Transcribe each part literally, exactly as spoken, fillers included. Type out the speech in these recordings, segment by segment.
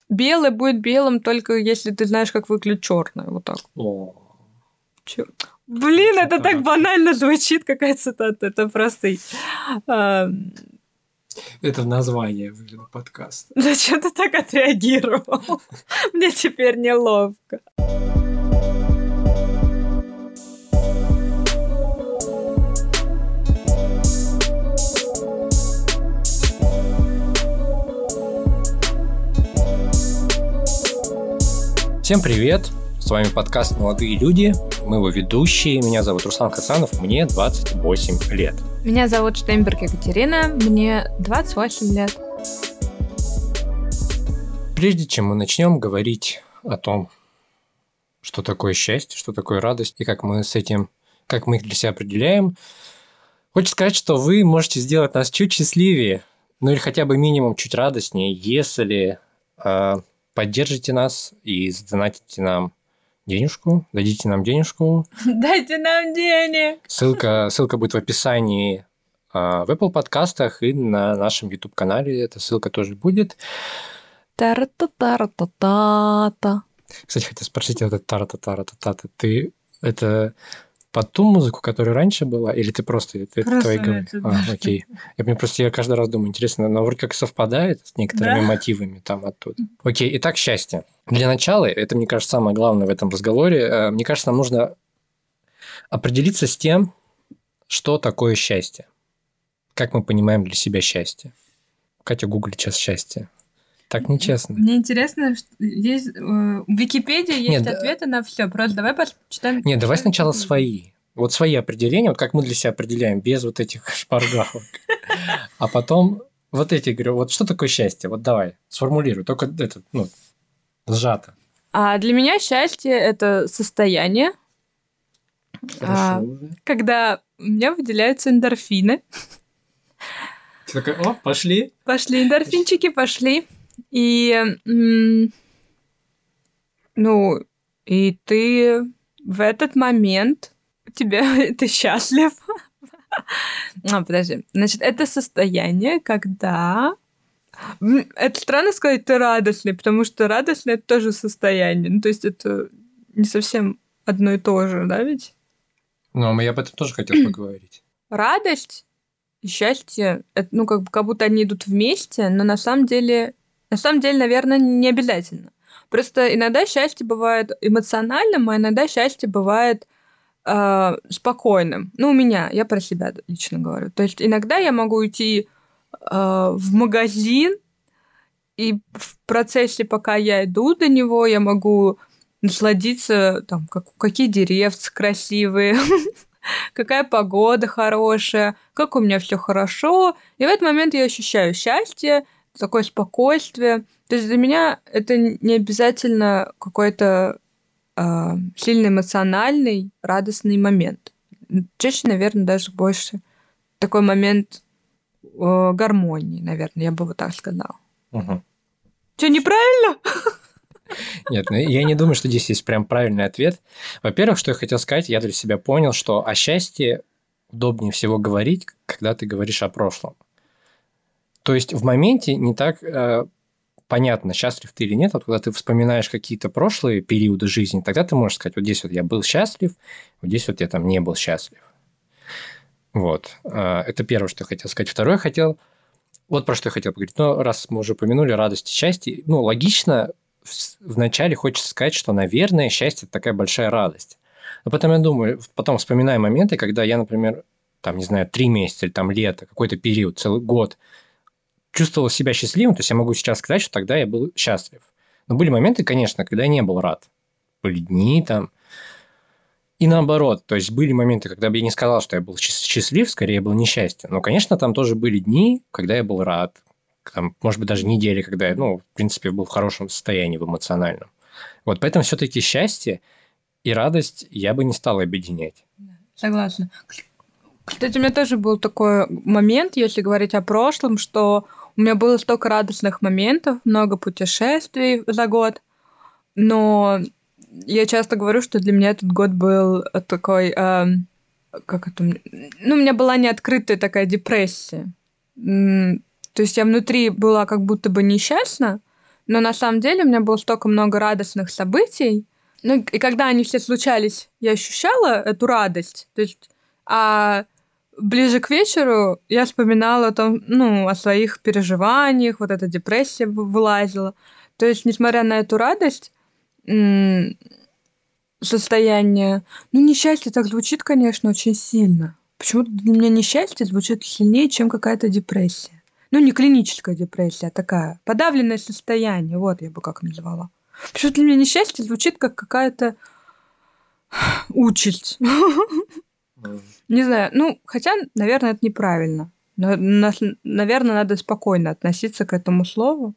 Белый будет белым только если ты знаешь, как выглядит черное. Вот так. О. Чё? Блин, Очень это так так. банально звучит, какая цитата. Это просто... а, Это в названии выглядит подкаст. Зачем ты так отреагировал? Мне теперь неловко. Всем привет! С вами подкаст «Молодые люди». Мы его ведущие. Меня зовут Руслан Хасанов, мне двадцать восемь лет. Меня зовут Штейнберг Екатерина, мне двадцать восемь лет. Прежде чем мы начнем говорить о том, что такое счастье, что такое радость и как мы с этим, как мы их для себя определяем, хочу сказать, что вы можете сделать нас чуть счастливее, ну или хотя бы минимум чуть радостнее, если э, поддержите нас и задонатите нам денежку, дадите нам денежку. Дайте нам денег! Ссылка, ссылка будет в описании э, в Apple подкастах и на нашем YouTube-канале. Эта ссылка тоже будет. Тара-та-тара-та-та-та. Кстати, хотел спросить, вот это тара-та-тара-та-та, ты это под ту музыку, которая раньше была, или ты просто... Это, это твои говори? А, окей. Я мне просто я каждый раз думаю, интересно, но вроде как совпадает с некоторыми Да? мотивами там оттуда. Окей, итак, счастье. Для начала, это, мне кажется, самое главное в этом разговоре, мне кажется, нам нужно определиться с тем, что такое счастье. Как мы понимаем для себя счастье. Катя гуглит сейчас счастье. Так нечестно. Мне интересно, что есть э, в Википедии есть Нет, ответы на все. Просто давай почитаем. Нет, давай сначала свои. Вот свои определения, вот как мы для себя определяем, без вот этих шпаргалок. А потом вот эти, говорю, вот что такое счастье? Вот давай, сформулируй, только это, ну, сжато. А для меня счастье — это состояние, а, Хорошо. когда у меня выделяются эндорфины. Ты такой, о, пошли. Пошли эндорфинчики, пошли. И, м, ну, и ты в этот момент, у тебя, ты счастлив. А, подожди. Значит, это состояние, когда... М, Это странно сказать, ты радостный, потому что радостный — это тоже состояние. Ну, то есть это не совсем одно и то же, да, ведь? Ну, я об этом тоже хотел поговорить. Радость и счастье, это, ну, как, бы, как будто они идут вместе, но на самом деле, на самом деле, наверное, не обязательно. Просто иногда счастье бывает эмоциональным, а иногда счастье бывает э, спокойным. Ну, у меня, я про себя лично говорю. То есть иногда я могу уйти э, в магазин, и в процессе, пока я иду до него, я могу насладиться, там, как, какие деревцы красивые, какая погода хорошая, как у меня все хорошо. И в этот момент я ощущаю счастье, такое спокойствие. То есть для меня это не обязательно какой-то э, сильно эмоциональный, радостный момент. Чаще, наверное, даже больше такой момент э, гармонии, наверное, я бы вот так сказала. Угу. Что, неправильно? Нет, ну, я не думаю, что здесь есть прям правильный ответ. Во-первых, что я хотел сказать, я для себя понял, что о счастье удобнее всего говорить, когда ты говоришь о прошлом. То есть в моменте не так э, понятно, счастлив ты или нет. Вот когда ты вспоминаешь какие-то прошлые периоды жизни, тогда ты можешь сказать, вот здесь вот я был счастлив, вот здесь вот я там не был счастлив. Вот. Э, это первое, что я хотел сказать. Второе, хотел... Вот про что я хотел поговорить. Но раз мы уже упомянули радость и счастье, ну, логично... Вначале хочется сказать, что, наверное, счастье – это такая большая радость. Но потом я думаю, потом вспоминаю моменты, когда я, например, там, не знаю, три месяца или там лето, какой-то период, целый год, чувствовал себя счастливым, то есть я могу сейчас сказать, что тогда я был счастлив. Но были моменты, конечно, когда я не был рад. Были дни там. И наоборот, то есть были моменты, когда бы я не сказал, что я был счастлив, скорее был несчастье. Но, конечно, там тоже были дни, когда я был рад. Там, может быть, даже недели, когда я, ну, в принципе, был в хорошем состоянии, в эмоциональном. Вот поэтому все-таки счастье и радость я бы не стал объединять. Согласна. Кстати, у меня тоже был такой момент, если говорить о прошлом, что у меня было столько радостных моментов, много путешествий за год, но я часто говорю, что для меня этот год был такой, э, как это, ну, у меня была неоткрытая такая депрессия. То есть я внутри была как будто бы несчастна, Но на самом деле у меня было столько много радостных событий. Ну, и когда они все случались, я ощущала эту радость. То есть, а ближе к вечеру я вспоминала о том, ну, о своих переживаниях, вот эта депрессия вылазила. То есть, несмотря на эту радость, состояние... Ну, несчастье так звучит, конечно, очень сильно. Почему-то для меня несчастье звучит сильнее, чем какая-то депрессия. Ну, не клиническая депрессия, а такая подавленное состояние. Вот я бы как назвала. Почему-то для меня несчастье звучит как какая-то участь. Не знаю. Ну, хотя, наверное, это неправильно. Наверное, надо спокойно относиться к этому слову.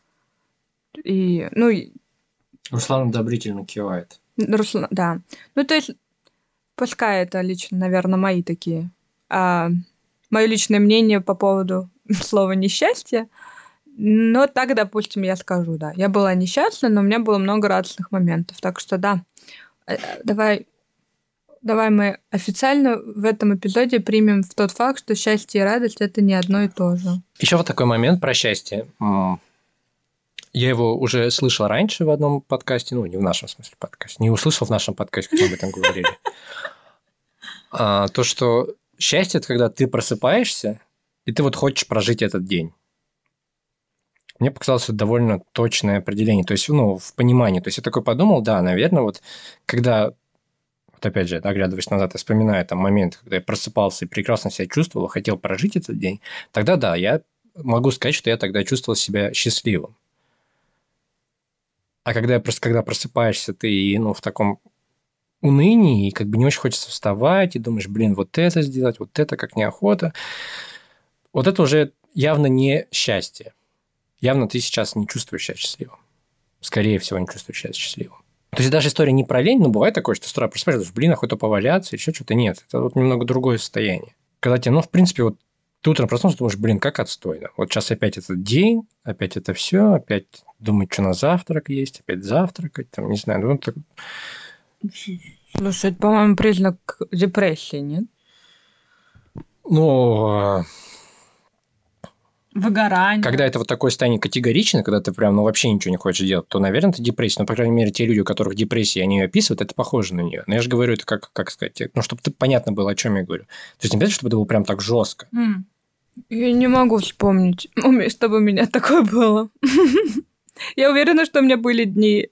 И, ну... Руслан одобрительно кивает. Руслан, да. Ну, то есть, пускай это лично, наверное, мои такие... А, мое личное мнение по поводу слова «несчастье». Но так, допустим, я скажу, да. Я была несчастна, но у меня было много радостных моментов. Так что, да, давай, давай мы официально в этом эпизоде примем в тот факт, что счастье и радость – это не одно и то же. Еще вот такой момент про счастье. Я его уже слышал раньше в одном подкасте, ну, не в нашем смысле подкасте, не услышал в нашем подкасте, как мы об этом говорили. А, то, что счастье – это когда ты просыпаешься, и ты вот хочешь прожить этот день. Мне показалось, это довольно точное определение. То есть, ну, в понимании. То есть, я такой подумал, да, наверное, вот когда, вот опять же, оглядываясь назад и вспоминая там момент, когда я просыпался и прекрасно себя чувствовал, хотел прожить этот день, тогда да, я могу сказать, что я тогда чувствовал себя счастливым. А когда, просто, когда просыпаешься, ты, ну, в таком унынии, и как бы не очень хочется вставать, и думаешь, блин, вот это сделать, вот это как неохота. Вот это уже явно не счастье. Явно ты сейчас не чувствуешь себя счастливым. Скорее всего, не чувствуешь себя счастливым. То есть, даже история не про лень, но бывает такое, что с утра просыпаешься, думаешь, блин, охота поваляться, еще что-то. Нет, это вот немного другое состояние. Когда тебе, ну, в принципе, вот ты утром проснулся, думаешь, блин, как отстойно. Вот сейчас опять этот день, опять это все, опять думать, что на завтрак есть, опять завтракать, там, не знаю. Ну, так... Слушай, это, по-моему, признак депрессии, нет? Ну... Выгорание. Когда это вот такое состояние категоричное, когда ты прям ну, вообще ничего не хочешь делать, то, наверное, это депрессия. Но, по крайней мере, те люди, у которых депрессия, они ее описывают, это похоже на нее. Но я же говорю, это как, как сказать, ну, чтобы ты понятно было, о чем я говорю. То есть, не обязательно, чтобы это было прям так жестко. Mm. Я не могу вспомнить, чтобы у меня такое было. Я уверена, что у меня были дни,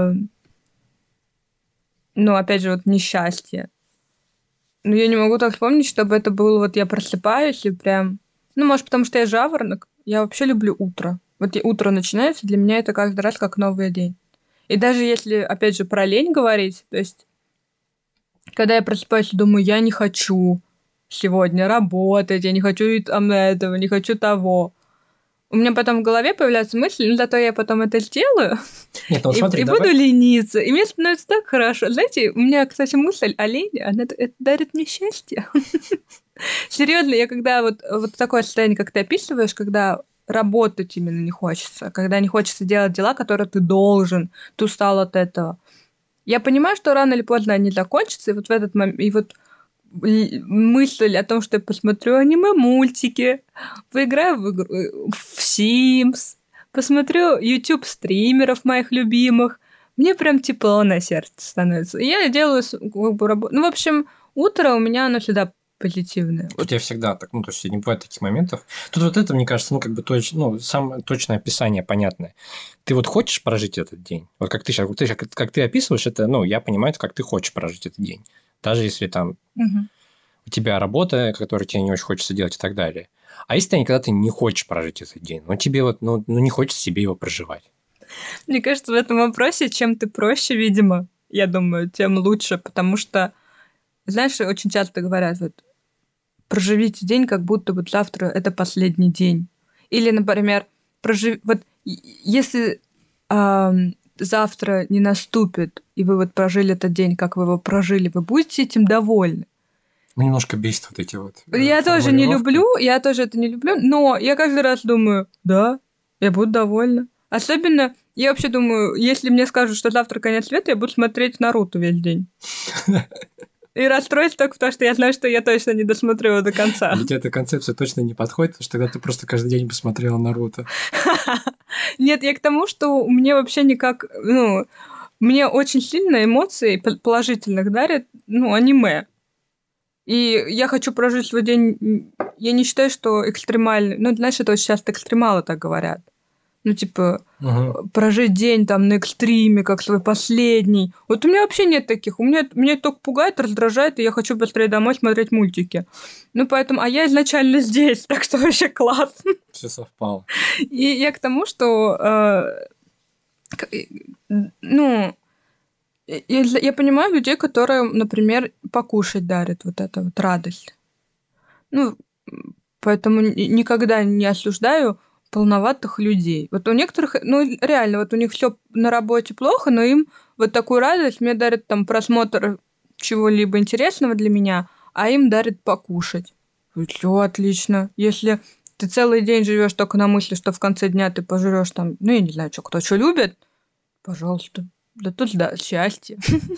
ну, опять же, вот несчастья. Но я не могу так вспомнить, чтобы это было вот я просыпаюсь и прям... Ну, может, потому что я жаворонок. Я вообще люблю утро. Вот утро начинается, для меня это каждый раз как новый день. И даже если, опять же, про лень говорить, то есть, когда я просыпаюсь и думаю, я не хочу сегодня работать, я не хочу там этого, не хочу того. У меня потом в голове появляются мысли, но зато я потом это сделаю. Нет, ну, и, смотри, и давай... буду лениться. И мне становится так хорошо. Знаете, у меня, кстати, мысль о лени, она это дарит мне счастье. Серьезно, я когда вот, вот такое состояние, как ты описываешь, когда работать именно не хочется, когда не хочется делать дела, которые ты должен, ты устал от этого. Я понимаю, что рано или поздно они закончатся, и вот в этот момент, и вот мысль о том, что я посмотрю аниме-мультики, поиграю в, игру, в Sims, посмотрю YouTube-стримеров моих любимых, мне прям тепло на сердце становится. И я делаю как бы работу. Ну, в общем, утро у меня оно всегда позитивное. У тебя всегда так, ну, то есть не бывает таких моментов. Тут вот это, мне кажется, ну, как бы точ, ну, самое точное описание понятное. Ты вот хочешь прожить этот день? Вот как ты сейчас, ты, как, как ты описываешь это, ну, я понимаю, как ты хочешь прожить этот день. Даже если там угу. у тебя работа, которую тебе не очень хочется делать и так далее. А если ты, когда ты не хочешь прожить этот день, ну, тебе вот, ну, ну, не хочется себе его проживать. Мне кажется, в этом вопросе, чем ты проще, видимо, я думаю, тем лучше, потому что, знаешь, очень часто говорят, вот, проживите день, как будто вот завтра это последний день. Или, например, прожив... вот если э, завтра не наступит, и вы вот прожили этот день, как вы его прожили, вы будете этим довольны? Ну, немножко бесит вот эти вот э, Я тоже не люблю, я тоже это не люблю, но я каждый раз думаю, да, я буду довольна. Особенно, я вообще думаю, если мне скажут, что завтра конец света, я буду смотреть Наруто весь день. И расстроюсь только потому, что я знаю, что я точно не досмотрю его до конца. Для тебя эта концепция точно не подходит, потому что тогда ты просто каждый день бы смотрела Наруто. Нет, я к тому, что мне вообще никак... Ну, мне очень сильно эмоции положительных дарят, ну, аниме. И я хочу прожить свой день... Я не считаю, что экстремальный... Ну, знаешь, это очень часто экстремалы так говорят. Ну, типа, Угу. прожить день там на экстриме, как свой последний. Вот у меня вообще нет таких. У меня, меня это только пугает, раздражает, и я хочу быстрее домой смотреть мультики. Ну, поэтому... А я изначально здесь, так что вообще классно. Все совпало. И я к тому, что... э, к- ну... Я, я понимаю людей, которые, например, покушать дарят вот это вот радость. Ну, м, поэтому ни- никогда не осуждаю полноватых людей. Вот у некоторых, ну, реально, вот у них все на работе плохо, но им вот такую радость мне дарят там просмотр чего-либо интересного для меня, а им дарят покушать. Все отлично. Если ты целый день живешь только на мысли, что в конце дня ты пожрешь там, ну, я не знаю, что кто что любит, пожалуйста. Да тут да, счастье.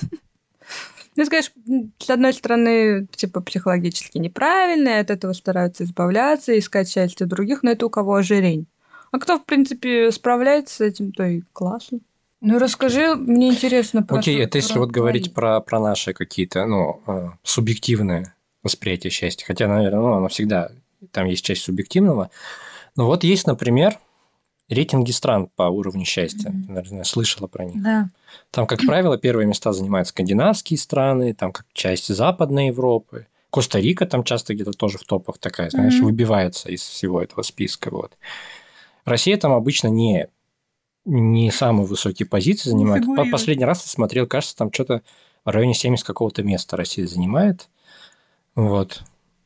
Ну, конечно, с одной стороны, типа, психологически неправильно, и от этого стараются избавляться, искать счастье других, но это у кого ожирень. А кто, в принципе, справляется с этим, то и классно. Ну, расскажи, мне интересно про, Окей, св- это если про вот твои. говорить про, про наши какие-то, ну, э, субъективные восприятия счастья. Хотя, наверное, ну, оно всегда, там есть часть субъективного. Но вот есть, например, рейтинги стран по уровню счастья. Мгм. Ты, наверное, слышала про них. Да. Там, как правило, первые места занимают скандинавские страны, там как часть Западной Европы. Коста-Рика там часто где-то тоже в топах такая, знаешь, Мгм. выбивается из всего этого списка. Вот. Россия там обычно не, не самые высокие позиции Не занимает. По- фигурирует. Последний раз я смотрел, кажется, там что-то в районе семидесятого какого-то места Россия занимает. Вот.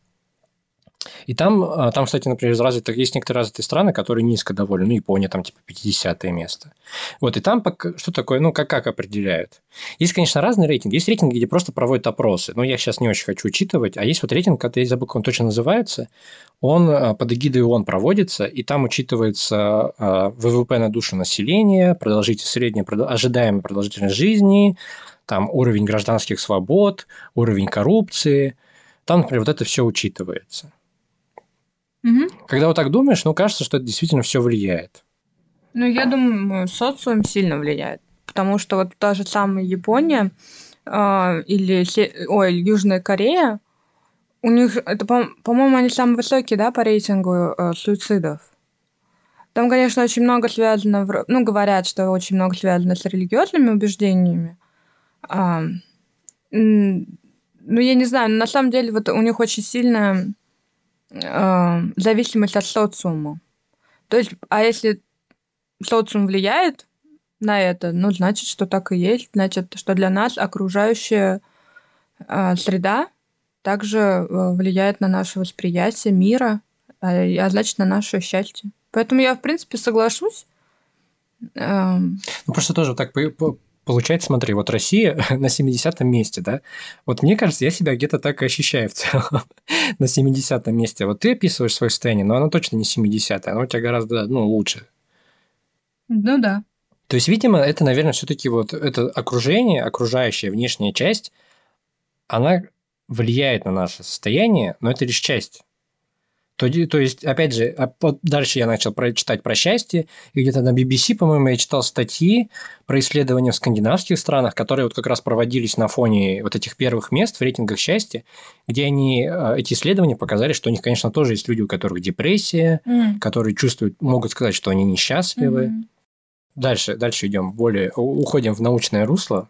И там, а, там, кстати, например, из развитых, есть некоторые развитые страны, которые низко довольны. Ну, Япония там типа пятидесятое место. Вот, и там пока- что такое, ну, как, как определяют? Есть, конечно, разные рейтинги. Есть рейтинги, где просто проводят опросы. Но я сейчас не очень хочу учитывать. А есть вот рейтинг, когда я забыл, как он точно называется. Он а, под эгидой ООН проводится, и там учитывается а, ВВП на душу населения, продолжительность, средняя продо- ожидаемая продолжительность жизни, там уровень гражданских свобод, уровень коррупции. Там, например, вот это все учитывается. Мгм. Когда вот так думаешь, ну, кажется, что это действительно все влияет. Ну, я думаю, социум сильно влияет. Потому что вот та же самая Япония а, или Се- ой, Южная Корея, у них, это, по- по-моему, они самые высокие, да, по рейтингу э, суицидов. Там, конечно, очень много связано, вро- ну, говорят, что очень много связано с религиозными убеждениями. А, м, ну, я не знаю, но на самом деле вот у них очень сильная а, зависимость от социума. То есть, а если социум влияет на это, ну, значит, что так и есть. Значит, что для нас окружающая а, среда также э, влияет на наше восприятие мира, а, и- а значит, на наше счастье. Поэтому я, в принципе, соглашусь. Эм, Ну, просто тоже так по- по- получается, смотри, вот Россия на семидесятом месте, да? Вот мне кажется, я себя где-то так и ощущаю в целом на семидесятом месте. Вот ты описываешь свое состояние, но оно точно не семидесятое, оно у тебя гораздо, ну, лучше. Ну да. То есть, видимо, это, наверное, все-таки вот это окружение, окружающая внешняя часть, она влияет на наше состояние, но это лишь часть. То, ди- то есть, опять же, а вот дальше я начал про- читать про счастье, и где-то на би би си, по-моему, я читал статьи про исследования в скандинавских странах, которые вот как раз проводились на фоне вот этих первых мест в рейтингах счастья, где они, э, эти исследования показали, что у них, конечно, тоже есть люди, у которых депрессия, М. которые чувствуют, могут сказать, что они несчастливы. Мгм. Дальше, дальше идем более, у- уходим в научное русло.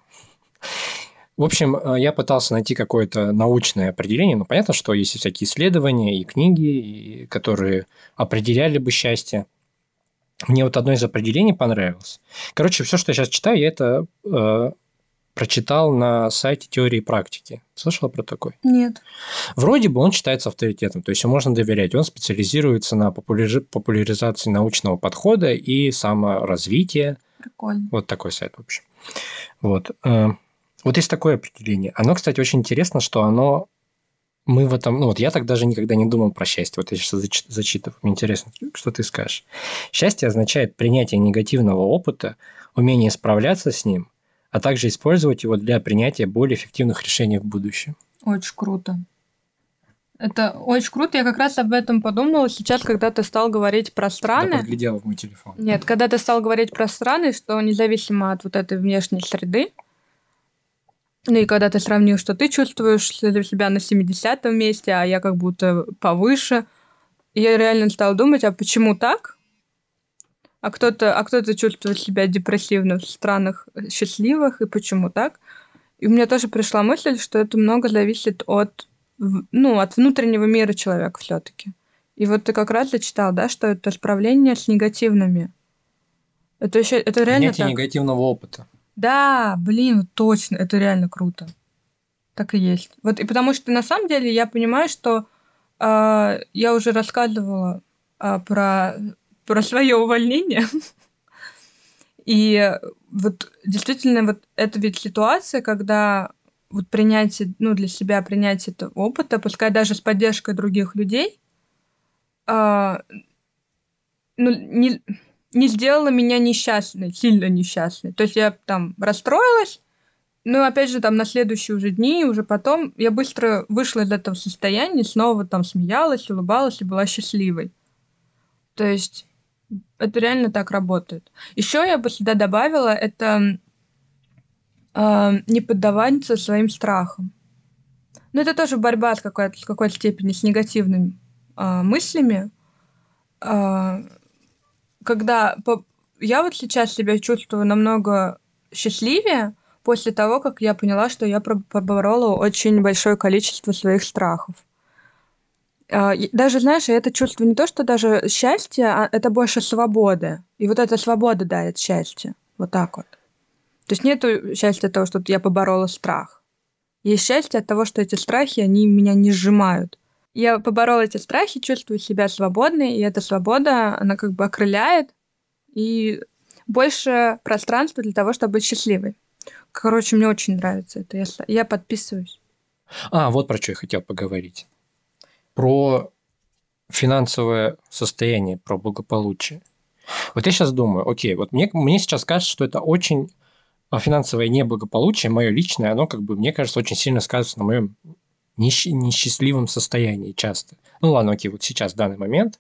В общем, э, я пытался найти какое-то научное определение. Ну, понятно, что есть и всякие исследования и книги, и- которые определяли бы счастье. Мне вот одно из определений понравилось. Короче, все, что я сейчас читаю, я это э, прочитал на сайте теории и практики. Слышала про такой? Нет. Вроде бы он считается авторитетом, то есть ему можно доверять. Он специализируется на популяри- популяризации научного подхода и саморазвития. Прикольно. Вот такой сайт, в общем. Вот. э, Вот есть такое определение. Оно, кстати, очень интересно, что оно... Мы в этом... Ну, вот я так даже никогда не думал про счастье. Вот я сейчас зач- зачитываю. Мне интересно, что ты скажешь. Счастье означает принятие негативного опыта, умение справляться с ним, а также использовать его для принятия более эффективных решений в будущем. Очень круто. Это очень круто. Я как раз об этом подумала сейчас, когда ты стал говорить про Да страны. подглядела в мой телефон. Нет, когда ты стал говорить про страны, что независимо от вот этой внешней среды, ну и когда ты сравнил, что ты чувствуешь себя на семидесятом месте, а я как будто повыше, я реально стала думать, а почему так? А кто-то, а кто-то чувствует себя депрессивно в странах э, счастливых, и почему так? И у меня тоже пришла мысль, что это много зависит от, в- ну, от внутреннего мира человека все-таки. И вот ты как раз зачитал, да, что это справление с негативными. Это еще, это реально Принятие так. негативного опыта. Да, блин, вот точно, это реально круто. Так и есть. Вот и потому что на самом деле я понимаю, что а, я уже рассказывала а, про, про свое увольнение. И вот действительно вот это ведь ситуация, когда вот принятие, ну, для себя принятие этого опыта, пускай даже с поддержкой других людей, а, ну, не, не сделала меня несчастной, сильно несчастной. То есть я там расстроилась, но опять же там на следующие уже дни, уже потом я быстро вышла из этого состояния, снова там смеялась, улыбалась и была счастливой. То есть это реально так работает. Еще я бы сюда добавила, это а, не поддаваться своим страхам. Но это тоже борьба с какой-то, с какой-то степени с негативными а, мыслями. А, когда по- я вот сейчас себя чувствую намного счастливее после того, как я поняла, что я про- поборола очень большое количество своих страхов. А, и даже, знаешь, это чувство не то, что даже счастье, а это больше свободы. И вот эта свобода дает счастье. Вот так вот. То есть нету счастья от того, что я поборола страх. Есть счастье от того, что эти страхи, они меня не сжимают. Я поборола эти страхи, чувствую себя свободной, и эта свобода, она как бы окрыляет, и больше пространства для того, чтобы быть счастливой. Короче, мне очень нравится это. Я, с- я подписываюсь. А, вот про что я хотел поговорить. Про финансовое состояние, про благополучие. Вот я сейчас думаю, окей, вот мне, мне сейчас кажется, что это очень а финансовое неблагополучие, мое личное, оно, как бы, мне кажется, очень сильно сказывается на моем несч- несчастливом состоянии часто. Ну ладно, окей, вот сейчас, в данный момент.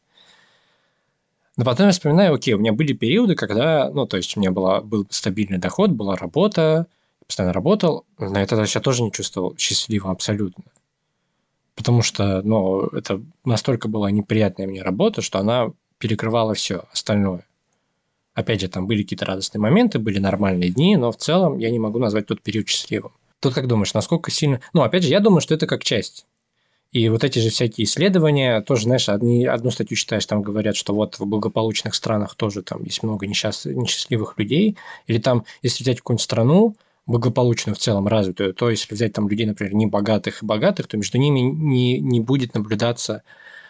Но потом я вспоминаю, окей, у меня были периоды, когда, ну, то есть у меня была, был стабильный доход, была работа, постоянно работал, но я тогда себя тоже не чувствовал счастливым абсолютно. Потому что, ну, это настолько была неприятная мне работа, что она перекрывала все остальное. Опять же, там были какие-то радостные моменты, были нормальные дни, но в целом я не могу назвать тот период счастливым. Тут как думаешь, насколько сильно... Ну, опять же, я думаю, что это как часть. И вот эти же всякие исследования, тоже, знаешь, одни, одну статью читаешь, там говорят, что вот в благополучных странах тоже там есть много несчаст... несчастливых людей. Или там, если взять какую-нибудь страну, благополучную в целом развитую, то если взять там людей, например, не богатых и богатых, то между ними не, не будет наблюдаться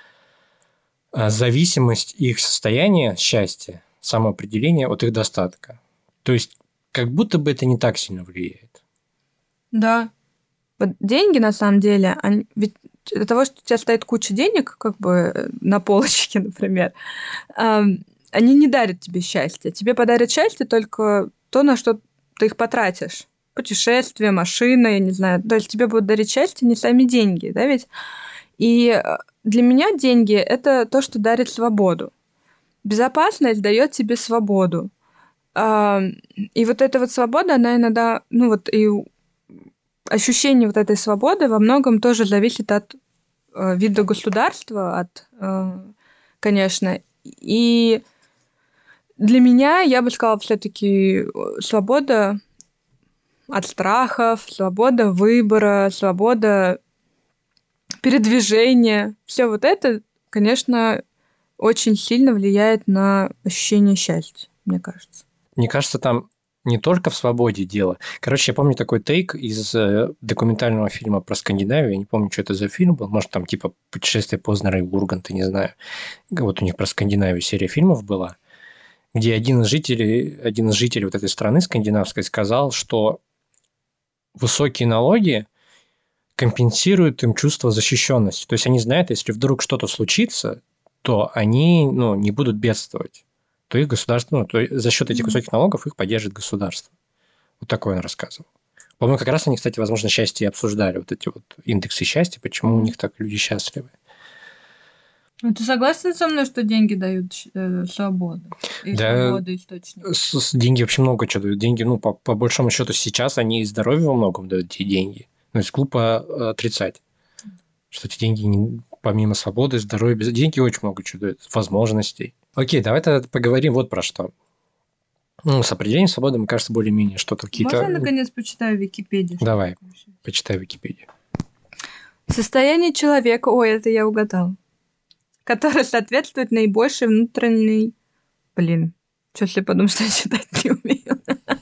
а, зависимость их состояния счастья, самоопределения от их достатка. То есть, как будто бы это не так сильно влияет. Да. Вот деньги, на самом деле, они, ведь для того, что у тебя стоит куча денег, как бы э, на полочке, например, ам, они не дарят тебе счастье. Тебе подарят счастье только то, на что ты их потратишь. Путешествие, машина, я не знаю. То есть тебе будут дарить счастье не сами деньги, да, ведь? И э, для меня деньги — это то, что дарит свободу. Безопасность дает тебе свободу. А, и вот эта вот свобода, она иногда, ну вот и ощущение вот этой свободы во многом тоже зависит от э, вида государства, от, э, конечно. И для меня, я бы сказала, все-таки свобода от страхов, свобода выбора, свобода передвижения. Все вот это, конечно, очень сильно влияет на ощущение счастья, мне кажется. Мне кажется, там не только в свободе дело. Короче, я помню такой тейк из э, документального фильма про Скандинавию. Я не помню, что это за фильм был. Может, там типа «Путешествие Познера и Урганта», не знаю. Вот у них про Скандинавию серия фильмов была, где один из жителей, один из жителей вот этой страны скандинавской сказал, что высокие налоги компенсируют им чувство защищенности. То есть они знают, если вдруг что-то случится, то они, ну, не будут бедствовать. То их государство, ну, то за счет этих Мгм. высоких налогов их поддержит государство. Вот такое он рассказывал. По-моему, как раз они, кстати, возможно, счастье и обсуждали, вот эти вот индексы счастья, почему у них так люди счастливы. Ну, ты согласен со мной, что деньги дают э, свободу? И Да, свободу источник? с- с- деньги вообще много чего дают. Деньги, ну, по, по большому счету, сейчас они и здоровье во многом дают, эти деньги. Ну, есть глупо э, отрицать, что эти деньги, не- помимо свободы, здоровья, без- деньги очень много чего дают, возможностей. Окей, давай тогда поговорим вот про что. Ну, с определением свободы, мне кажется, более-менее что-то Можно я, какие-то... наконец, почитаю Википедию? Давай, почитай Википедию. Состояние человека, ой, это я угадал, которое соответствует наибольшей внутренней... Блин, что если подумать, что я читать не умею?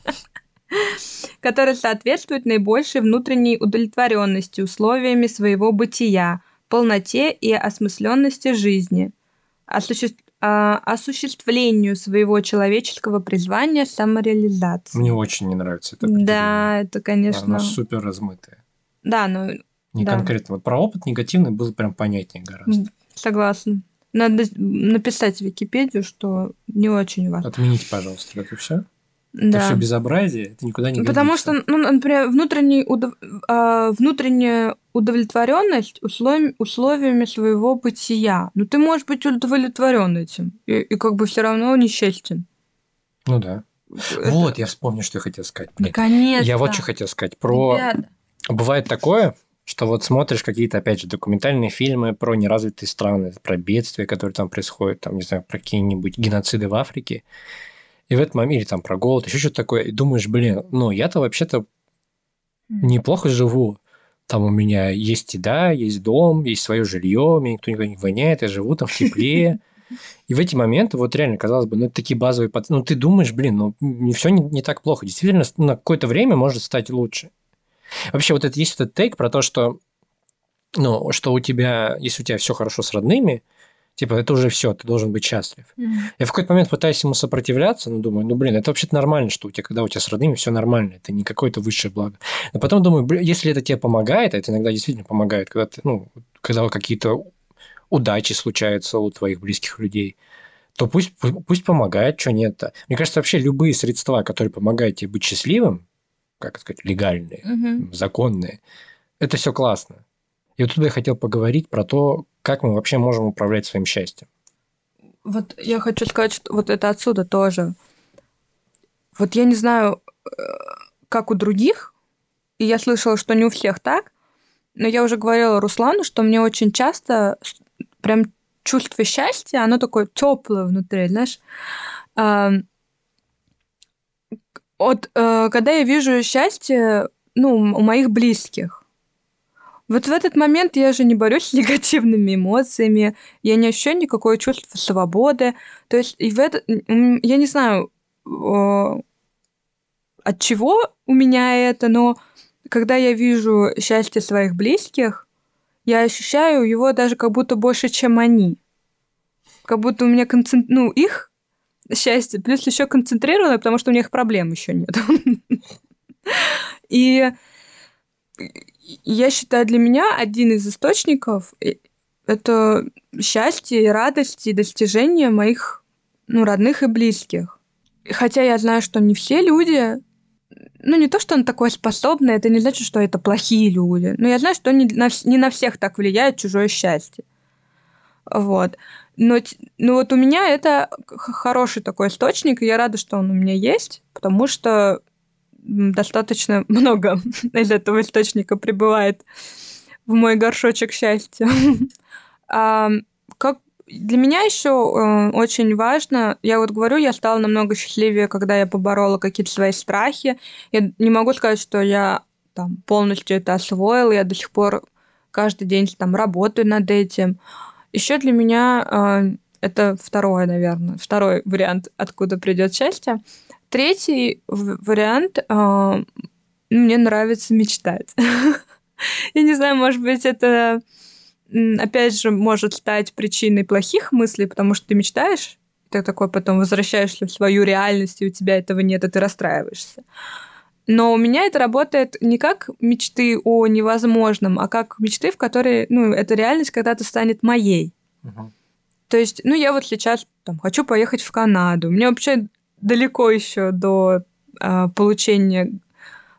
Которое соответствует наибольшей внутренней удовлетворенности условиями своего бытия, полноте и осмысленности жизни, осуществ- а, осуществлению своего человеческого призвания, самореализации. Мне очень не нравится это определение. Да, это, конечно... Оно супер размытое. Да, ну... Не да. конкретно. Вот про опыт негативный был прям понятнее гораздо. Согласна. Надо написать в Википедию, что не очень важно. Отмените, пожалуйста, это все. Да. Это все безобразие, это никуда не Потому годится. что, ну, например, внутренний удов... а, внутренняя удовлетворенность условиями, условиями своего бытия. Ну, ты можешь быть удовлетворен этим, и, и как бы все равно несчастен. Ну да. Это... Вот, я вспомнил, что я хотел сказать. Наконец-то. Я вот что хотел сказать. Про... Ребята. Бывает такое, что вот смотришь какие-то, опять же, документальные фильмы про неразвитые страны, про бедствия, которые там происходят, там, не знаю, про какие-нибудь геноциды в Африке, и в этом моменте, или там про голод, еще что-то такое, и думаешь, блин, ну, я-то вообще-то неплохо живу. Там у меня есть еда, есть дом, есть свое жилье, меня никто никуда не воняет, я живу там в тепле. И в эти моменты, вот реально, казалось бы, ну, это такие базовые... Ну, ты думаешь, блин, ну, не все не, не так плохо. Действительно, на какое-то время может стать лучше. Вообще, вот это есть этот тейк про то, что, ну, что у тебя, если у тебя все хорошо с родными, типа, это уже все, ты должен быть счастлив. Mm-hmm. Я в какой-то момент пытаюсь ему сопротивляться, но думаю, ну, блин, это вообще-то нормально, что у тебя, когда у тебя с родными все нормально, это не какое-то высшее благо. Но потом думаю, блин, если это тебе помогает, а это иногда действительно помогает, когда ты, ну, когда какие-то удачи случаются у твоих близких людей, то пусть, пусть помогает, что нет-то. Мне кажется, вообще любые средства, которые помогают тебе быть счастливым, как сказать, легальные, Mm-hmm. законные, это все классно. И вот тут я хотел поговорить про то, как мы вообще можем управлять своим счастьем. Вот я хочу сказать, что вот это отсюда тоже. Вот я не знаю, как у других, и я слышала, что не у всех так, но я уже говорила Руслану, что мне очень часто прям чувство счастья, оно такое теплое внутри, знаешь. Вот когда я вижу счастье, ну, у моих близких, вот в этот момент я же не борюсь с негативными эмоциями, я не ощущаю никакое чувство свободы. То есть, и в это, я не знаю, от чего у меня это, но когда я вижу счастье своих близких, я ощущаю его даже как будто больше, чем они. Как будто у меня концент... ну, их счастье, плюс еще концентрированное, потому что у них проблем еще нет. И я считаю, для меня один из источников — это счастье и радость и достижения моих, ну, родных и близких. Хотя я знаю, что не все люди, ну, не то, что он такой способный, это не значит, что это плохие люди. Но я знаю, что не на, не на всех так влияет чужое счастье. Вот. Но, но вот у меня это хороший такой источник, и я рада, что он у меня есть, потому что достаточно много из этого источника прибывает в мой горшочек счастья. А, как для меня еще э, очень важно, я вот говорю, я стала намного счастливее, когда я поборола какие-то свои страхи. Я не могу сказать, что я там полностью это освоила, я до сих пор каждый день там работаю над этим. Еще для меня э, это второй, наверное, второй вариант, откуда придет счастье. Третий вариант, э, мне нравится мечтать. Я не знаю, может быть, это опять же может стать причиной плохих мыслей, потому что ты мечтаешь, ты такой потом возвращаешься в свою реальность, и у тебя этого нет, и ты расстраиваешься. Но у меня это работает не как мечты о невозможном, а как мечты, в которые, ну, эта реальность когда-то станет моей. Uh-huh. То есть, ну, я вот сейчас там хочу поехать в Канаду. Мне вообще далеко еще до а, получения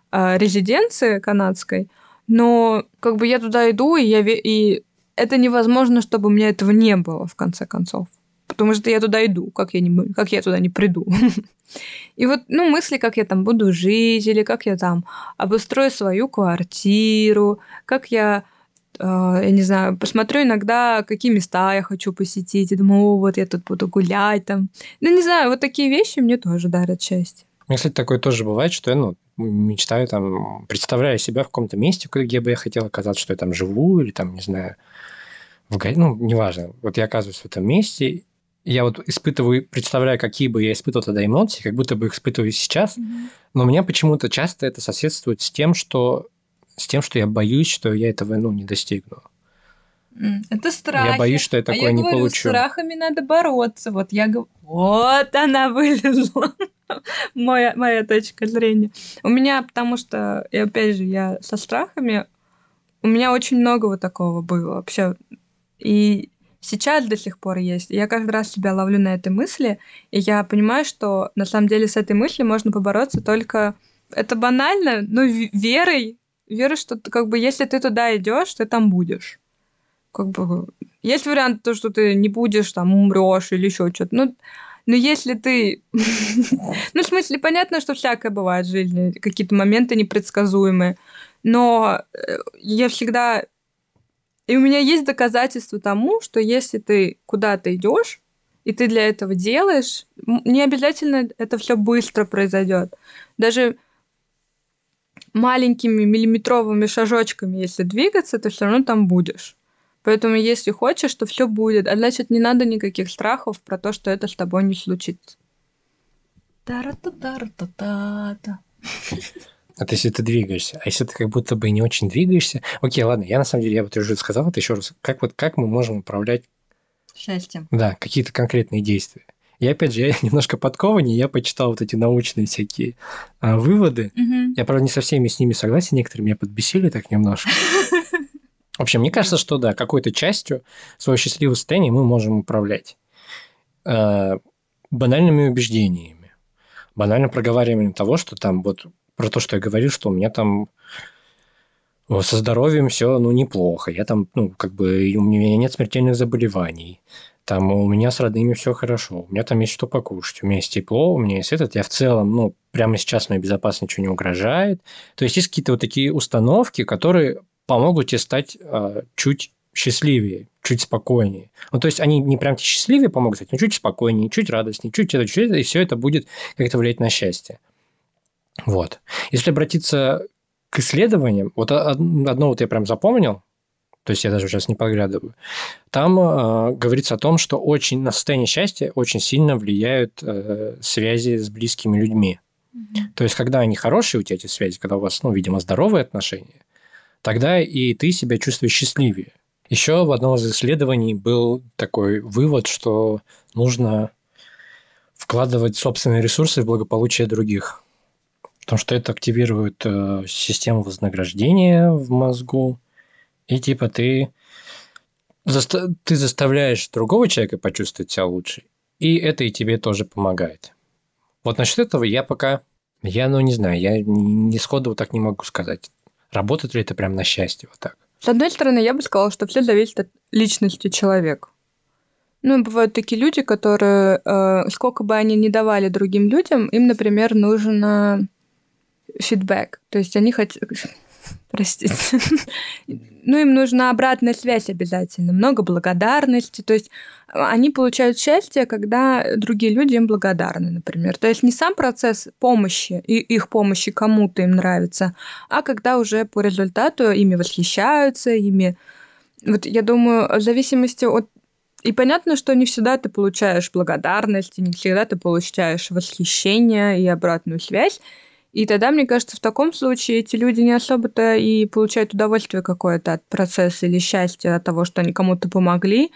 э, резиденции канадской, но как бы я туда иду, и, я, и это невозможно, чтобы у меня этого не было, в конце концов. Потому что я туда иду, как я, не, как я туда не приду. И вот, ну, мысли, как я там буду жить, или как я там обустрою свою квартиру, как я, э, я не знаю, посмотрю иногда, какие места я хочу посетить, и думаю, о, вот я тут буду гулять там. Ну, не знаю, вот такие вещи мне тоже дарят счастье. У меня, кстати, такое тоже бывает, что я, ну, мечтаю там, представляю себя в каком-то месте, где бы я хотел оказаться, что я там живу, или там, не знаю, в го... ну, неважно. Вот я оказываюсь в этом месте, я вот испытываю, представляю, какие бы я испытывал тогда эмоции, как будто бы их испытываю сейчас, Mm-hmm. но у меня почему-то часто это соседствует с тем, что с тем, что я боюсь, что я этого, ну, не достигну. Это страхи. Я боюсь, что я такое а я не говорю, получу. С страхами надо бороться. Вот я говорю, вот она вылезла. моя, моя точка зрения. У меня, потому что, и опять же, я со страхами, у меня очень много вот такого было вообще. И сейчас до сих пор есть. Я каждый раз себя ловлю на этой мысли, и я понимаю, что на самом деле с этой мыслью можно побороться только... Это банально, но верой. Верой, что ты, как бы, если ты туда идешь, ты там будешь. Как бы есть вариант, то, что ты не будешь, там, умрешь или еще что-то. Ну, но если ты... ну, в смысле, понятно, что всякое бывает в жизни, какие-то моменты непредсказуемые, но я всегда... И у меня есть доказательства тому, что если ты куда-то идешь, и ты для этого делаешь, не обязательно это все быстро произойдет. Даже маленькими миллиметровыми шажочками, если двигаться, ты все равно там будешь. Поэтому, если хочешь, то все будет. А значит, не надо никаких страхов про то, что это с тобой не случится. Та-ра-та-та-ра-та-та-та. Это если ты двигаешься. А если ты как будто бы не очень двигаешься... Окей, ладно, я на самом деле, я вот уже сказал это еще раз. Как, вот, как мы можем управлять... Счастьем. Да, какие-то конкретные действия. И опять же, я немножко подкованнее, я почитал вот эти научные всякие а, выводы. Угу. Я, правда, не со всеми с ними согласен, некоторые меня подбесили так немножко. В общем, мне кажется, что да, какой-то частью своего счастливого состояния мы можем управлять. Э, банальными убеждениями, банальным проговариванием того, что там вот про то, что я говорил, что у меня там со здоровьем все, ну, неплохо, я там, ну, как бы у меня нет смертельных заболеваний, там у меня с родными все хорошо, у меня там есть что покушать, у меня есть тепло, у меня есть этот, я в целом, ну, прямо сейчас моей безопасности ничего не угрожает. То есть есть какие-то вот такие установки, которые помогут тебе стать э, чуть счастливее, чуть спокойнее. Ну, то есть они не прям тебе счастливее помогут стать, но чуть спокойнее, чуть радостнее, чуть это, чуть это, и все это будет как-то влиять на счастье. Вот. Если обратиться к исследованиям, вот одно вот я прям запомнил, то есть я даже сейчас не подглядываю, там э, говорится о том, что очень на состояние счастья очень сильно влияют э, связи с близкими людьми. Mm-hmm. То есть когда они хорошие у тебя эти связи, когда у вас, ну, видимо, здоровые отношения, тогда и ты себя чувствуешь счастливее. Еще в одном из исследований был такой вывод, что нужно вкладывать собственные ресурсы в благополучие других. Потому что это активирует э, систему вознаграждения в мозгу. И типа ты, заста- ты заставляешь другого человека почувствовать себя лучше. И это и тебе тоже помогает. Вот насчет этого я пока... Я, ну, не знаю, я не сходу вот так не могу сказать. Работает ли это прям на счастье вот так? С одной стороны, я бы сказала, что все зависит от личности человека. Ну, бывают такие люди, которые, э, сколько бы они ни давали другим людям, им, например, нужен э, фидбэк. То есть они хотят... Простите. Ну, им нужна обратная связь обязательно, много благодарности. То есть они получают счастье, когда другие люди им благодарны, например. То есть не сам процесс помощи и их помощи кому-то им нравится, а когда уже по результату ими восхищаются, ими... Вот я думаю, в зависимости от... И понятно, что не всегда ты получаешь благодарность, и не всегда ты получаешь восхищение и обратную связь. И тогда, мне кажется, в таком случае эти люди не особо-то и получают удовольствие какое-то от процесса или счастье от того, что они кому-то помогли.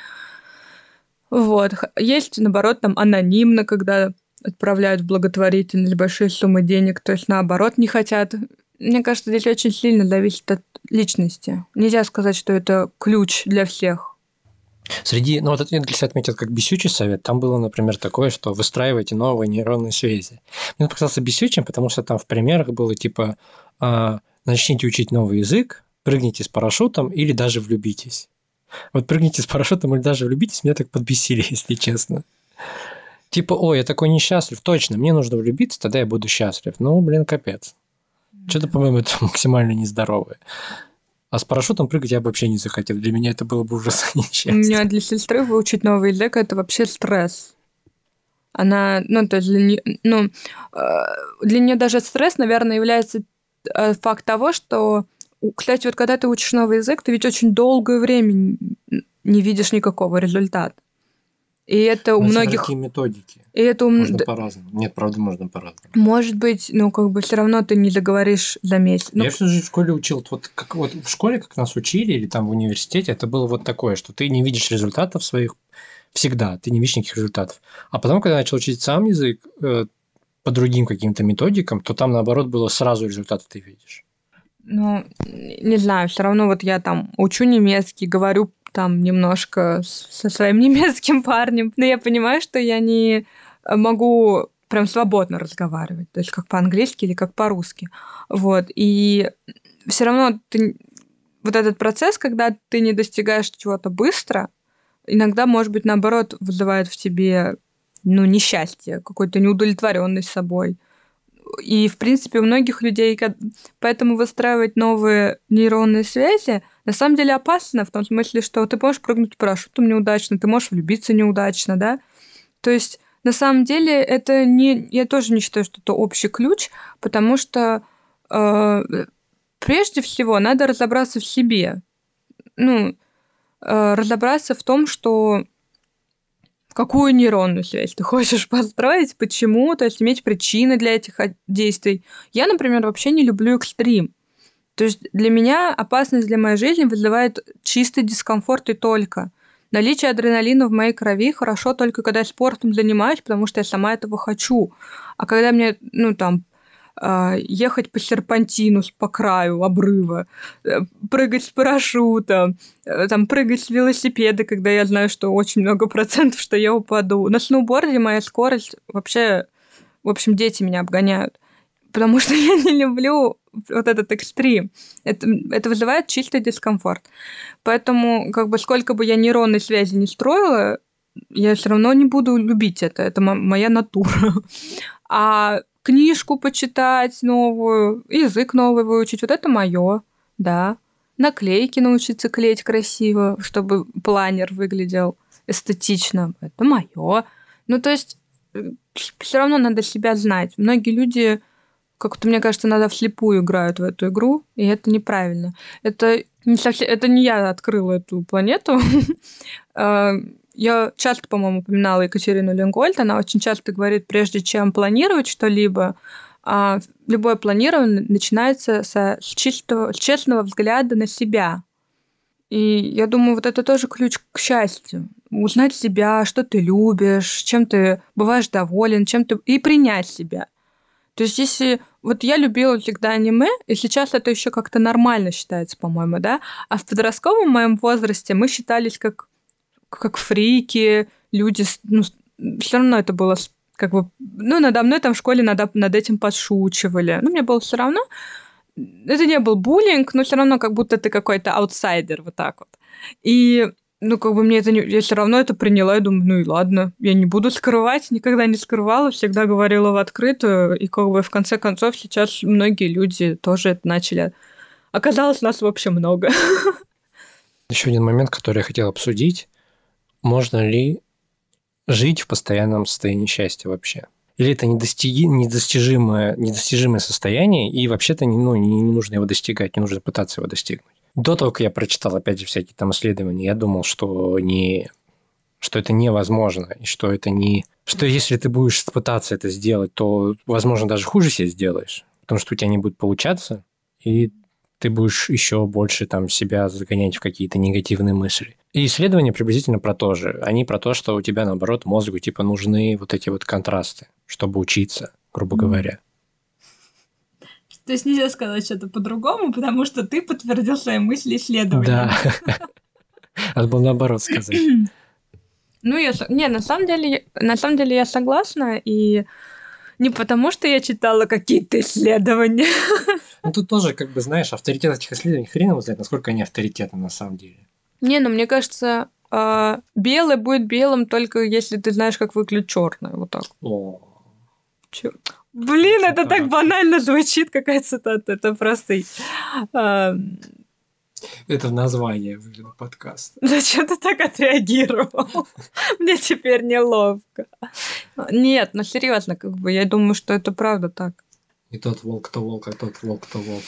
Вот. Есть, наоборот, там анонимно, когда отправляют в благотворительность большие суммы денег, то есть, наоборот, не хотят. Мне кажется, здесь очень сильно зависит от личности. Нельзя сказать, что это ключ для всех. Среди, ну вот это я для себя отметил как бесючий совет, там было, например, такое, что выстраивайте новые нейронные связи. Мне он показался бесючим, потому что там в примерах было типа а, начните учить новый язык, прыгните с парашютом или даже влюбитесь. Вот прыгните с парашютом или даже влюбитесь, меня так подбесили, если честно. Типа, ой, я такой несчастлив, точно, мне нужно влюбиться, тогда я буду счастлив. Ну, блин, капец. Что-то, по-моему, это максимально нездоровое. А с парашютом прыгать я бы вообще не захотел. Для меня это было бы ужасно У несчастье. меня для сестры выучить новый язык — это вообще стресс. Она, ну, то есть для нее, ну, э, для нее даже стресс, наверное, является э, факт того, что, у- кстати, вот когда ты учишь новый язык, ты ведь очень долгое время н- не видишь никакого результата. И это у Но смотря многих, какие методики. и это у, м- Можно д- по-разному. Нет, правда, можно по-разному. может быть, ну, как бы все равно ты не договоришь за месяц. Ну, Я всю жизнь в школе учил, вот как вот в школе, как нас учили, или там в университете, это было вот такое, что ты не видишь результатов своих всегда, ты не видишь никаких результатов. А потом, когда я начал учить сам язык э, по другим каким-то методикам, то там, наоборот, было сразу результаты ты видишь. ну, не знаю, все равно вот я там учу немецкий, говорю там немножко с- со своим немецким парнем, но я понимаю, что я не могу прям свободно разговаривать, то есть как по-английски или как по-русски. Вот. И все равно ты, вот этот процесс, когда ты не достигаешь чего-то быстро, иногда, может быть, наоборот, вызывает в тебе, ну, несчастье, какой-то неудовлетворенность собой. И, в принципе, у многих людей, ка- поэтому выстраивать новые нейронные связи на самом деле опасно, в том смысле, что ты можешь прыгнуть парашютом неудачно, ты можешь влюбиться неудачно, да? То есть, на самом деле, это не... Я тоже не считаю, что это общий ключ, потому что э, прежде всего надо разобраться в себе. Ну, э, разобраться в том, что какую нейронную связь ты хочешь построить, почему, то есть иметь причины для этих а, действий. Я, например, вообще не люблю экстрим. То есть для меня опасность для моей жизни вызывает чистый дискомфорт и только. Наличие адреналина в моей крови хорошо только когда я спортом занимаюсь, потому что я сама этого хочу. А когда мне, ну, там, а, ехать по серпантину с- по краю обрыва, э, прыгать с парашюта, э, там, прыгать с велосипеда, когда я знаю, что очень много процентов, что я упаду. На сноуборде моя скорость вообще... В общем, дети меня обгоняют, потому что я не люблю вот этот экстрим. Это, это вызывает чистый дискомфорт. Поэтому, как бы, сколько бы я нейронной связи не строила, я все равно не буду любить это. Это мо- моя натура. А книжку почитать новую, язык новый выучить, вот это мое, да. Наклейки научиться клеить красиво, чтобы планер выглядел эстетично. Это мое. Ну, то есть, все равно надо себя знать. Многие люди, как-то, мне кажется, надо вслепую играют в эту игру, и это неправильно. Это не совсем, это не я открыла эту планету. А, Я часто, по-моему, упоминала Екатерину Ленгольд. Она очень часто говорит, прежде чем планировать что-либо, а, любое планирование начинается со, с, чистого, с честного взгляда на себя. И я думаю, вот это тоже ключ к счастью. Узнать себя, что ты любишь, чем ты бываешь доволен, чем ты... И принять себя. То есть если... Вот я любила всегда аниме, и сейчас это еще как-то нормально считается, по-моему, да? А в подростковом моем возрасте мы считались как как фрики, люди, с- ну, все равно это было с- как бы, ну, надо мной там в школе над, над этим подшучивали. Ну, мне было все равно. Это не был буллинг, но все равно как будто ты какой-то аутсайдер, вот так вот. И, ну, как бы мне это не... Я все равно это приняла, и думаю, ну и ладно, я не буду скрывать, никогда не скрывала, всегда говорила в открытую, и как бы в конце концов сейчас многие люди тоже это начали. Оказалось, нас вообще много. Еще один момент, который я хотел обсудить. Можно ли жить в постоянном состоянии счастья вообще? Или это недостиги... недостижимое, недостижимое состояние, и вообще-то не, ну, не, не нужно его достигать, не нужно пытаться его достигнуть. До того, как я прочитал, опять же, всякие там исследования, я думал, что, не... что это невозможно, и что это не... Что если ты будешь пытаться это сделать, то, возможно, даже хуже себе сделаешь, потому что у тебя не будет получаться, и ты будешь еще больше там себя загонять в какие-то негативные мысли. И исследования приблизительно про то же. Они про то, что у тебя, наоборот, мозгу типа нужны вот эти вот контрасты, чтобы учиться, грубо говоря. То есть нельзя сказать что-то по-другому, потому что ты подтвердил свои мысли Да. исследованиями. Надо было наоборот сказать. Ну, я... Не, на самом деле, на самом деле я согласна, и не потому, что я читала какие-то исследования. Ну, тут тоже, как бы, знаешь, авторитет этих исследований, хрен его знает, насколько они авторитетны на самом деле. Не, ну, мне кажется, белый будет белым только если ты знаешь, как выглядит черное. Вот так. О. Чё? Блин, это так банально звучит, какая цитата. Это просто... Это в названии подкаста. Зачем ты так отреагировал? Мне теперь неловко. Нет, ну серьезно, как бы я думаю, что это правда так. И тот волк, то волк, а тот волк, то волк.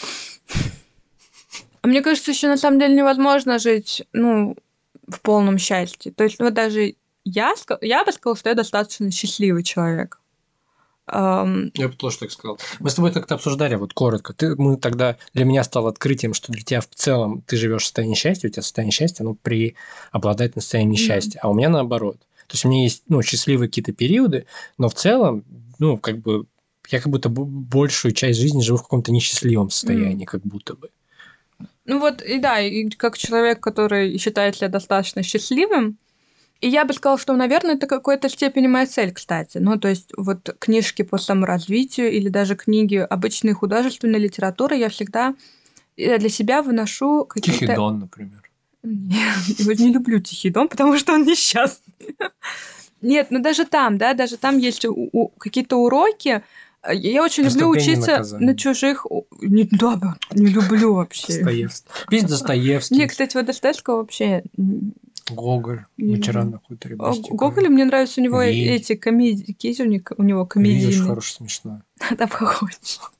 А мне кажется, еще на самом деле невозможно жить, ну, в полном счастье. То есть, вот даже я, я бы сказала, что я достаточно счастливый человек. Um... Я бы тоже так сказал. Мы с тобой как-то обсуждали, вот коротко. Ты, мы тогда для меня стало открытием, что для тебя в целом ты живешь в состоянии счастья, у тебя состояние счастья, ну, при обладать состоянием несчастья. Mm. А у меня наоборот. То есть у меня есть, ну, счастливые какие-то периоды, но в целом, ну, как бы я как будто большую часть жизни живу в каком-то несчастливом состоянии, mm. как будто бы. Ну вот, и да, и как человек, который считает себя достаточно счастливым, и я бы сказала, что, наверное, это какой-то степени моя цель, кстати. Ну, то есть вот книжки по саморазвитию или даже книги обычной художественной литературы я всегда для себя выношу какие-то... Тихий Дон, например. Нет, я не люблю Тихий Дон, потому что он несчастный. Нет, ну даже там, да, даже там есть какие-то уроки. Я очень люблю учиться на чужих... Не, да, не люблю вообще. Достоевский. Есть Достоевский. Не, кстати, вот Достоевского вообще... Гоголь. Вечера на хуторе Блестюковой. Гоголь, мне нравятся у него Вей. эти комедии. Какие у него комедийные. Вей очень хороший, смешной. Там какой.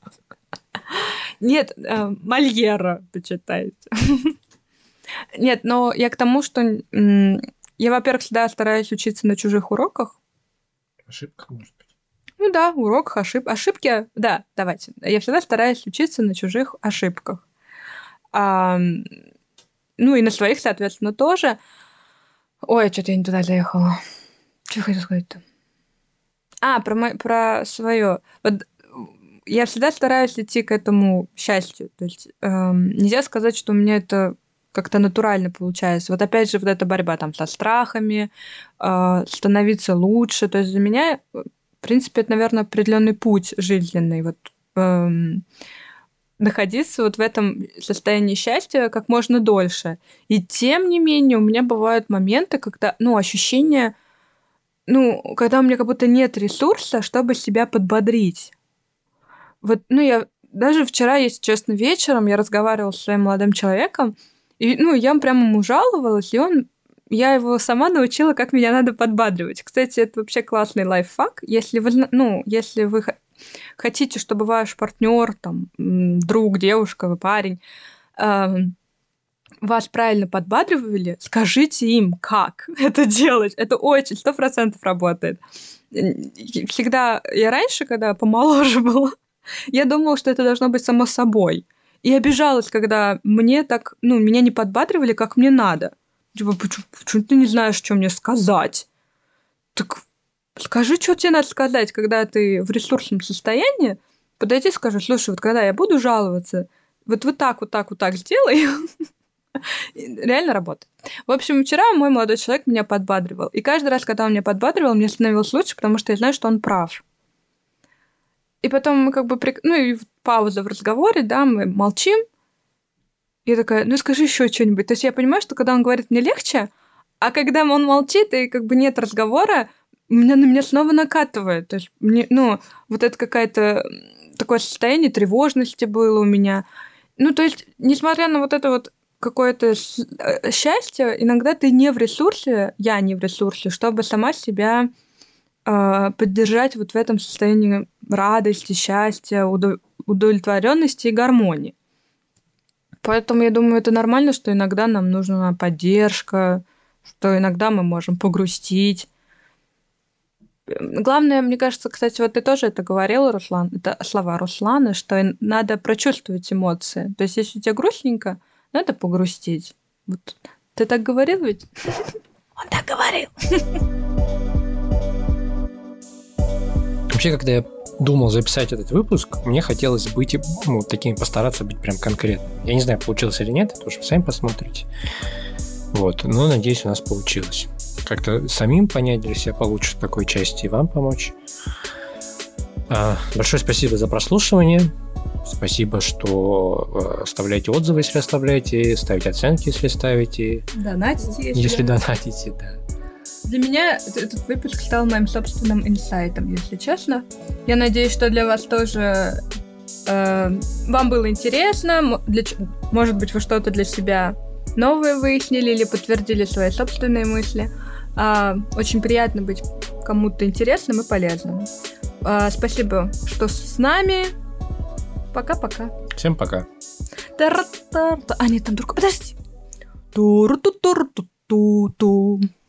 Нет, Мольера почитайте. Нет, но я к тому, что я, во-первых, всегда стараюсь учиться на чужих уроках. Ошибках, может быть. Ну да, урок, ошиб... ошибки. Да, давайте. Я всегда стараюсь учиться на чужих ошибках. А, ну и на своих, соответственно, тоже. Ой, что-то я не туда заехала. Что я хотела сказать-то? А, про, мо... про свое. Вот я всегда стараюсь идти к этому счастью. То есть эм, нельзя сказать, что у меня это как-то натурально получается. Вот опять же, вот эта борьба там со страхами, э, становиться лучше. То есть для меня, в принципе, это, наверное, определенный путь жизненный. Вот эм, находиться вот в этом состоянии счастья как можно дольше. И тем не менее у меня бывают моменты, когда, ну, ощущение, ну, когда у меня как будто нет ресурса, чтобы себя подбодрить. Вот, ну, я даже вчера, если честно, вечером я разговаривала с своим молодым человеком, и, ну, я прямо ему жаловалась, и он, я его сама научила, как меня надо подбадривать. Кстати, это вообще классный лайфхак. Если вы, ну, если вы хотите, чтобы ваш партнер, там, друг, девушка, парень, э, вас правильно подбадривали, скажите им, как это делать. Это очень, сто процентов работает. Всегда, я раньше, когда помоложе была, я думала, что это должно быть само собой. И обижалась, когда мне так, ну, меня не подбадривали, как мне надо. Типа, почему, почему ты не знаешь, что мне сказать? Так скажи, что тебе надо сказать, когда ты в ресурсном состоянии. Подойди и скажи, слушай, вот когда я буду жаловаться, вот вот так, вот так, вот так сделай. Реально работает. В общем, вчера мой молодой человек меня подбадривал. И каждый раз, когда он меня подбадривал, мне становилось лучше, потому что я знаю, что он прав. И потом мы как бы... Ну, и пауза в разговоре, да, мы молчим. Я такая, ну, скажи еще что-нибудь. То есть я понимаю, что когда он говорит, мне легче, а когда он молчит, и как бы нет разговора, меня на меня снова накатывает. То есть, мне, ну, вот это какое-то такое состояние тревожности было у меня. Ну, то есть, несмотря на вот это вот какое-то счастье, иногда ты не в ресурсе, я не в ресурсе, чтобы сама себя э, поддержать вот в этом состоянии радости, счастья, удовлетворенности и гармонии. Поэтому я думаю, это нормально, что иногда нам нужна поддержка, что иногда мы можем погрустить. Главное, мне кажется, кстати, вот ты тоже это говорил, Руслан, это слова Руслана, что надо прочувствовать эмоции. То есть, если у тебя грустненько, надо погрустить. Вот. Ты так говорил ведь? Он так говорил. Вообще, когда я думал записать этот выпуск, мне хотелось быть, ну, таким, постараться быть прям конкретным. Я не знаю, получилось или нет, это уже сами посмотрите. Вот, но надеюсь, у нас получилось. Как-то самим понять для себя получше в какой части и вам помочь. А, большое спасибо за прослушивание. Спасибо, что э, оставляете отзывы, если оставляете, ставите оценки, если ставите. Донатите, если... Если донатите, да. Для меня этот выпуск стал моим собственным инсайтом, если честно. Я надеюсь, что для вас тоже э, вам было интересно. Для, может быть, вы что-то для себя новое выяснили или подтвердили свои собственные мысли. Э, очень приятно быть кому-то интересным и полезным. Э, спасибо, что с нами. Пока-пока. Всем пока. А, нет, там другой. Подожди. Ту-ру-ту-ту-ру-ту-ту-ту.